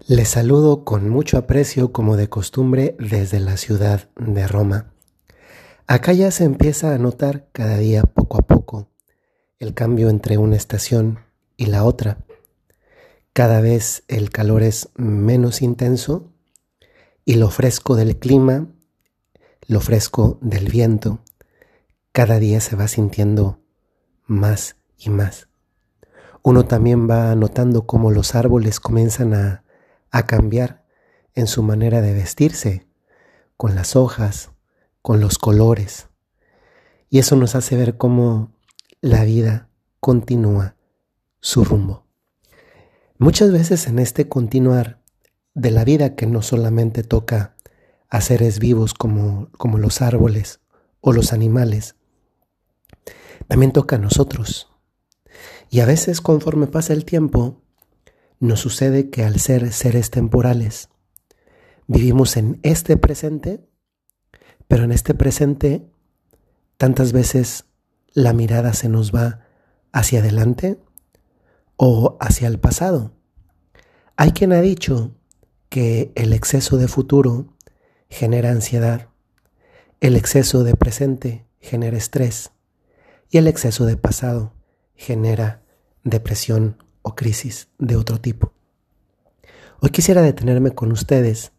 Les saludo con mucho aprecio como de costumbre desde la ciudad de Roma. Acá ya se empieza a notar cada día poco a poco el cambio entre una estación y la otra. Cada vez el calor es menos intenso y lo fresco del clima, lo fresco del viento, cada día se va sintiendo más y más. Uno también va notando cómo los árboles comienzan a cambiar en su manera de vestirse, con las hojas, con los colores. Y eso nos hace ver cómo la vida continúa su rumbo. Muchas veces en este continuar de la vida, que no solamente toca a seres vivos como los árboles o los animales, también toca a nosotros. Y a veces, conforme pasa el tiempo, nos sucede que al ser seres temporales, vivimos en este presente, pero en este presente tantas veces la mirada se nos va hacia adelante o hacia el pasado. Hay quien ha dicho que el exceso de futuro genera ansiedad, el exceso de presente genera estrés y el exceso de pasado genera depresión o crisis de otro tipo. Hoy quisiera detenerme con ustedes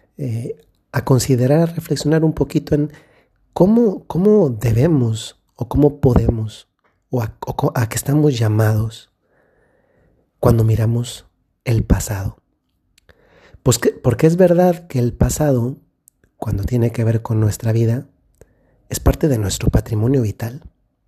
a considerar, a reflexionar un poquito en cómo debemos o cómo podemos o a qué estamos llamados cuando miramos el pasado. Pues porque es verdad que el pasado, cuando tiene que ver con nuestra vida, es parte de nuestro patrimonio vital.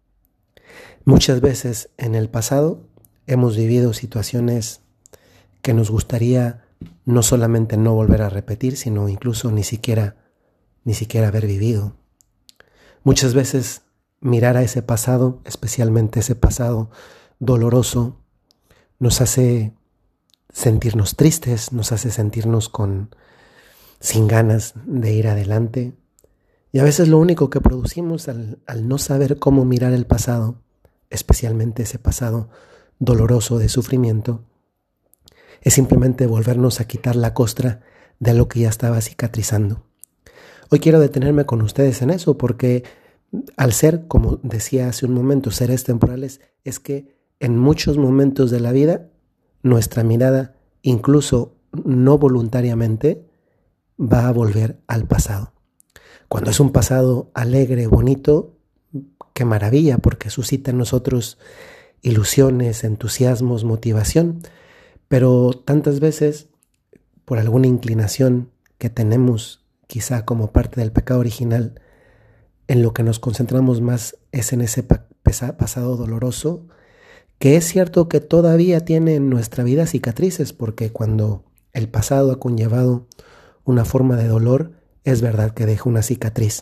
Muchas veces en el pasado hemos vivido situaciones que nos gustaría no solamente no volver a repetir, sino incluso ni siquiera haber vivido. Muchas veces mirar a ese pasado, especialmente ese pasado doloroso, nos hace sentirnos tristes, nos hace sentirnos sin ganas de ir adelante. Y a veces lo único que producimos al no saber cómo mirar el pasado, especialmente ese pasado doloroso de sufrimiento, es simplemente volvernos a quitar la costra de lo que ya estaba cicatrizando. Hoy quiero detenerme con ustedes en eso porque al ser, como decía hace un momento, seres temporales, es que en muchos momentos de la vida nuestra mirada, incluso no voluntariamente, va a volver al pasado. Cuando es un pasado alegre, bonito, qué maravilla, porque suscita en nosotros ilusiones, entusiasmos, motivación. Pero tantas veces, por alguna inclinación que tenemos, quizá como parte del pecado original, en lo que nos concentramos más es en ese pasado doloroso, que es cierto que todavía tiene en nuestra vida cicatrices, porque cuando el pasado ha conllevado una forma de dolor, es verdad que deja una cicatriz.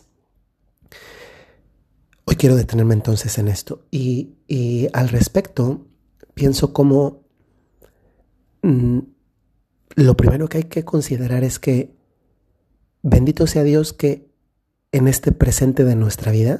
Hoy quiero detenerme entonces en esto. Y al respecto, pienso como lo primero que hay que considerar es que bendito sea Dios que en este presente de nuestra vida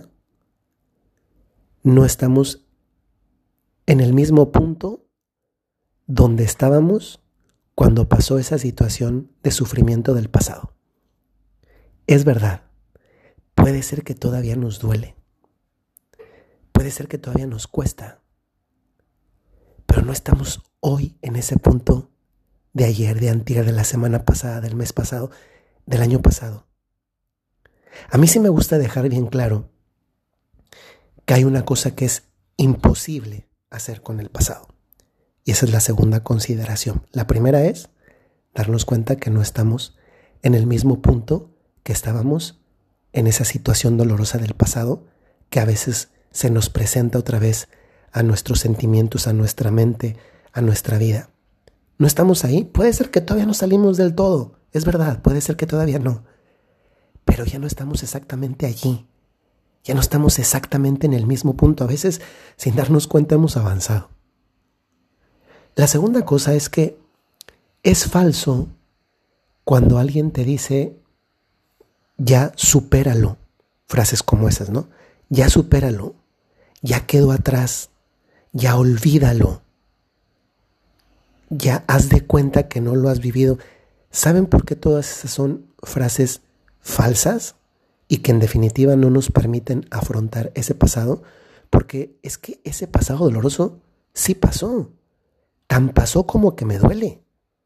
no estamos en el mismo punto donde estábamos cuando pasó esa situación de sufrimiento del pasado. Es verdad, puede ser que todavía nos duele, puede ser que todavía nos cuesta, pero no estamos hoy en ese punto de ayer, de antier, de la semana pasada, del mes pasado, del año pasado. A mí sí me gusta dejar bien claro que hay una cosa que es imposible hacer con el pasado. Y esa es la segunda consideración. La primera es darnos cuenta que no estamos en el mismo punto que estábamos en esa situación dolorosa del pasado, que a veces se nos presenta otra vez a nuestros sentimientos, a nuestra mente, a nuestra vida. No estamos ahí. Puede ser que todavía no salimos del todo. Es verdad, puede ser que todavía no. Pero ya no estamos exactamente allí. Ya no estamos exactamente en el mismo punto. A veces, sin darnos cuenta, hemos avanzado. La segunda cosa es que es falso cuando alguien te dice, ya supéralo. Frases como esas, ¿no? Ya supéralo. Ya quedó atrás. Ya olvídalo. Ya haz de cuenta que no lo has vivido. ¿Saben por qué todas esas son frases falsas y que en definitiva no nos permiten afrontar ese pasado? Porque es que ese pasado doloroso sí pasó. Tan pasó como que me duele.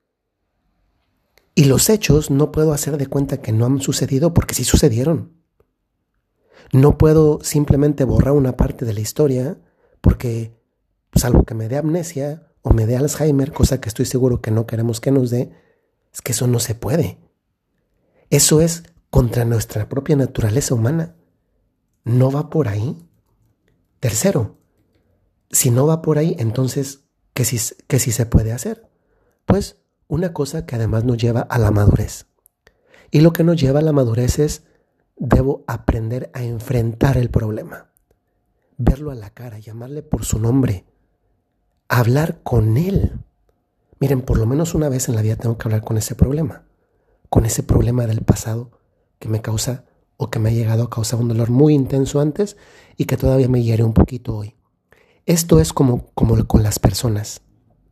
Y los hechos no puedo hacer de cuenta que no han sucedido porque sí sucedieron. No puedo simplemente borrar una parte de la historia porque, salvo que me dé amnesia o me dé Alzheimer, cosa que estoy seguro que no queremos que nos dé, es que eso no se puede. Eso es contra nuestra propia naturaleza humana. No va por ahí. Tercero, si no va por ahí, entonces, ¿qué sí se puede hacer? Pues una cosa que además nos lleva a la madurez. Y lo que nos lleva a la madurez es, debo aprender a enfrentar el problema, verlo a la cara, llamarle por su nombre, hablar con él. Miren, por lo menos una vez en la vida tengo que hablar con ese problema del pasado que me causa o que me ha llegado a causar un dolor muy intenso antes y que todavía me hiere un poquito hoy. Esto es como con las personas.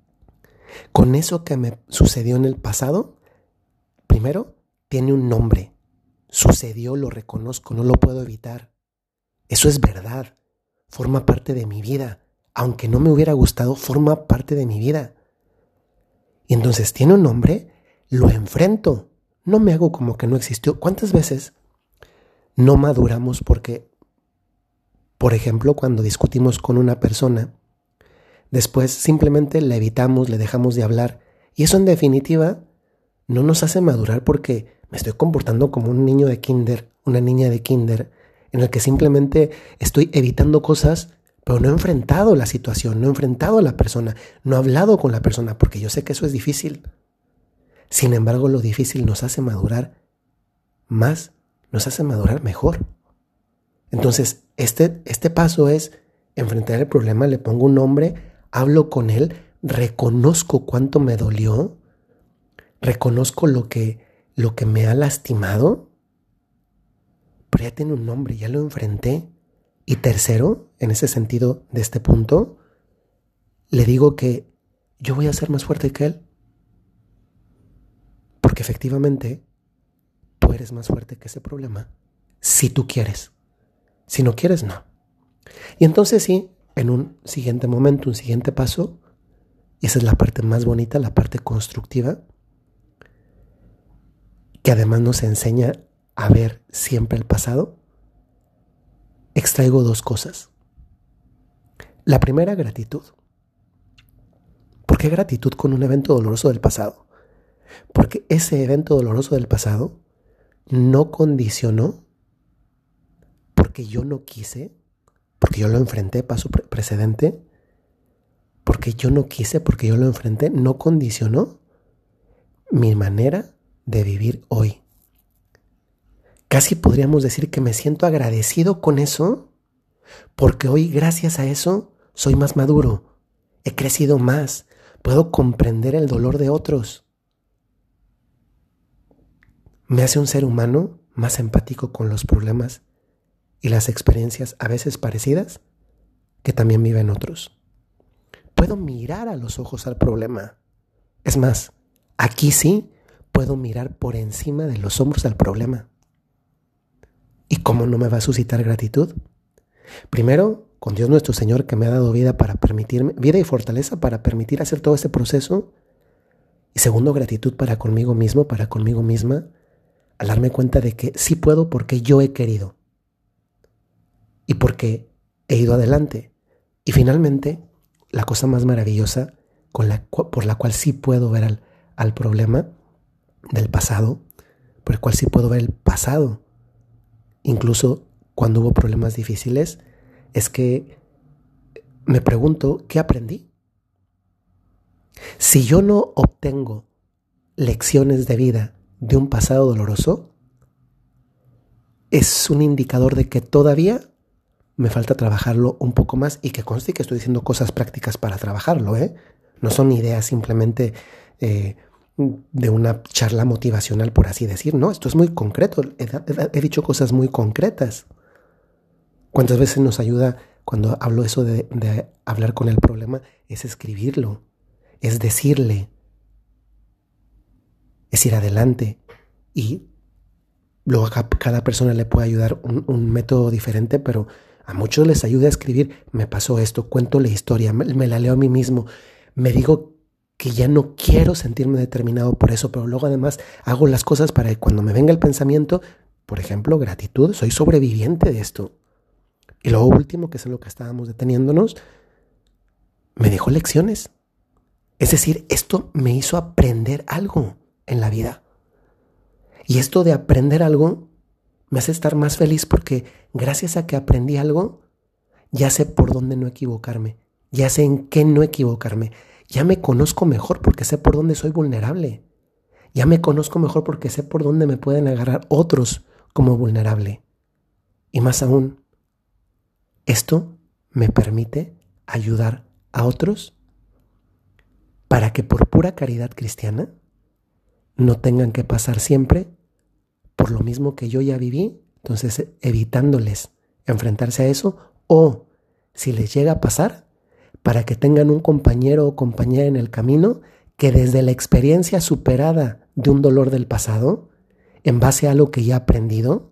Con eso que me sucedió en el pasado, primero, tiene un nombre. Sucedió, lo reconozco, no lo puedo evitar. Eso es verdad. Forma parte de mi vida. Aunque no me hubiera gustado, forma parte de mi vida. Y entonces tiene un nombre, lo enfrento. No me hago como que no existió. ¿Cuántas veces no maduramos porque, por ejemplo, cuando discutimos con una persona, después simplemente la evitamos, le dejamos de hablar? Y eso en definitiva no nos hace madurar porque me estoy comportando como un niño de kinder, una niña de kinder, en el que simplemente estoy evitando cosas, pero no he enfrentado la situación, no he enfrentado a la persona, no he hablado con la persona, porque yo sé que eso es difícil. Sin embargo, lo difícil nos hace madurar más, nos hace madurar mejor. Entonces, este paso es enfrentar el problema, le pongo un nombre, hablo con él, reconozco cuánto me dolió, reconozco lo que me ha lastimado, pero ya tiene un nombre, ya lo enfrenté. Y tercero, en ese sentido de este punto, le digo que yo voy a ser más fuerte que él. Porque efectivamente, tú eres más fuerte que ese problema, si tú quieres. Si no quieres, no. Y entonces sí, en un siguiente momento, un siguiente paso, y esa es la parte más bonita, la parte constructiva, que además nos enseña a ver siempre el pasado, extraigo dos cosas. La primera, gratitud. ¿Por qué gratitud con un evento doloroso del pasado? Porque ese evento doloroso del pasado no condicionó, porque yo no quise, porque yo lo enfrenté, paso precedente, porque yo no quise, porque yo lo enfrenté, no condicionó mi manera de vivir hoy. Casi podríamos decir que me siento agradecido con eso, porque hoy, gracias a eso, soy más maduro, he crecido más, puedo comprender el dolor de otros. Me hace un ser humano más empático con los problemas y las experiencias a veces parecidas que también viven otros. Puedo mirar a los ojos al problema. Es más, aquí sí puedo mirar por encima de los hombros al problema. ¿Y cómo no me va a suscitar gratitud? Primero, con Dios nuestro Señor, que me ha dado vida para permitirme, vida y fortaleza para permitir hacer todo este proceso. Y segundo, gratitud para conmigo mismo, para conmigo misma, al darme cuenta de que sí puedo porque yo he querido. Y porque he ido adelante. Y finalmente, la cosa más maravillosa por la cual sí puedo ver al problema del pasado, por el cual sí puedo ver el pasado, incluso cuando hubo problemas difíciles, es que me pregunto, ¿qué aprendí? Si yo no obtengo lecciones de vida de un pasado doloroso, es un indicador de que todavía me falta trabajarlo un poco más, y que conste que estoy diciendo cosas prácticas para trabajarlo, ¿eh? No son ideas simplemente de una charla motivacional, por así decir. No, esto es muy concreto. He dicho cosas muy concretas. ¿Cuántas veces nos ayuda cuando hablo eso de hablar con el problema? Es escribirlo, es decirle, es ir adelante. Y luego a cada persona le puede ayudar un método diferente, pero a muchos les ayuda a escribir. Me pasó esto, cuento la historia, me la leo a mí mismo, me digo que ya no quiero sentirme determinado por eso, pero luego además hago las cosas para que cuando me venga el pensamiento, por ejemplo, gratitud, soy sobreviviente de esto. Y lo último, que es en lo que estábamos deteniéndonos, me dejó lecciones. Es decir, esto me hizo aprender algo en la vida. Y esto de aprender algo me hace estar más feliz porque gracias a que aprendí algo, ya sé por dónde no equivocarme, ya sé en qué no equivocarme, ya me conozco mejor porque sé por dónde soy vulnerable, ya me conozco mejor porque sé por dónde me pueden agarrar otros como vulnerable. Y más aún, esto me permite ayudar a otros para que por pura caridad cristiana no tengan que pasar siempre por lo mismo que yo ya viví, entonces evitándoles enfrentarse a eso, o si les llega a pasar, para que tengan un compañero o compañera en el camino que desde la experiencia superada de un dolor del pasado, en base a lo que ya ha aprendido,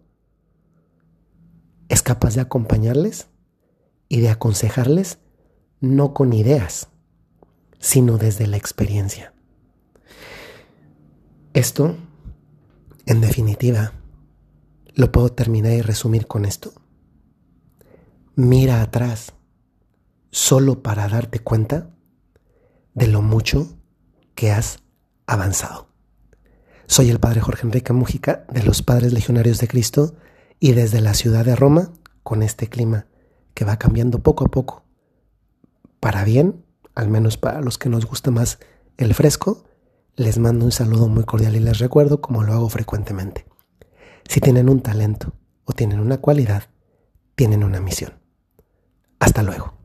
es capaz de acompañarles y de aconsejarles no con ideas, sino desde la experiencia. Esto, en definitiva, lo puedo terminar y resumir con esto. Mira atrás solo para darte cuenta de lo mucho que has avanzado. Soy el Padre Jorge Enrique Mújica de los Padres Legionarios de Cristo y desde la ciudad de Roma, con este clima que va cambiando poco a poco, para bien, al menos para los que nos gusta más el fresco, les mando un saludo muy cordial y les recuerdo, como lo hago frecuentemente, si tienen un talento o tienen una cualidad, tienen una misión. Hasta luego.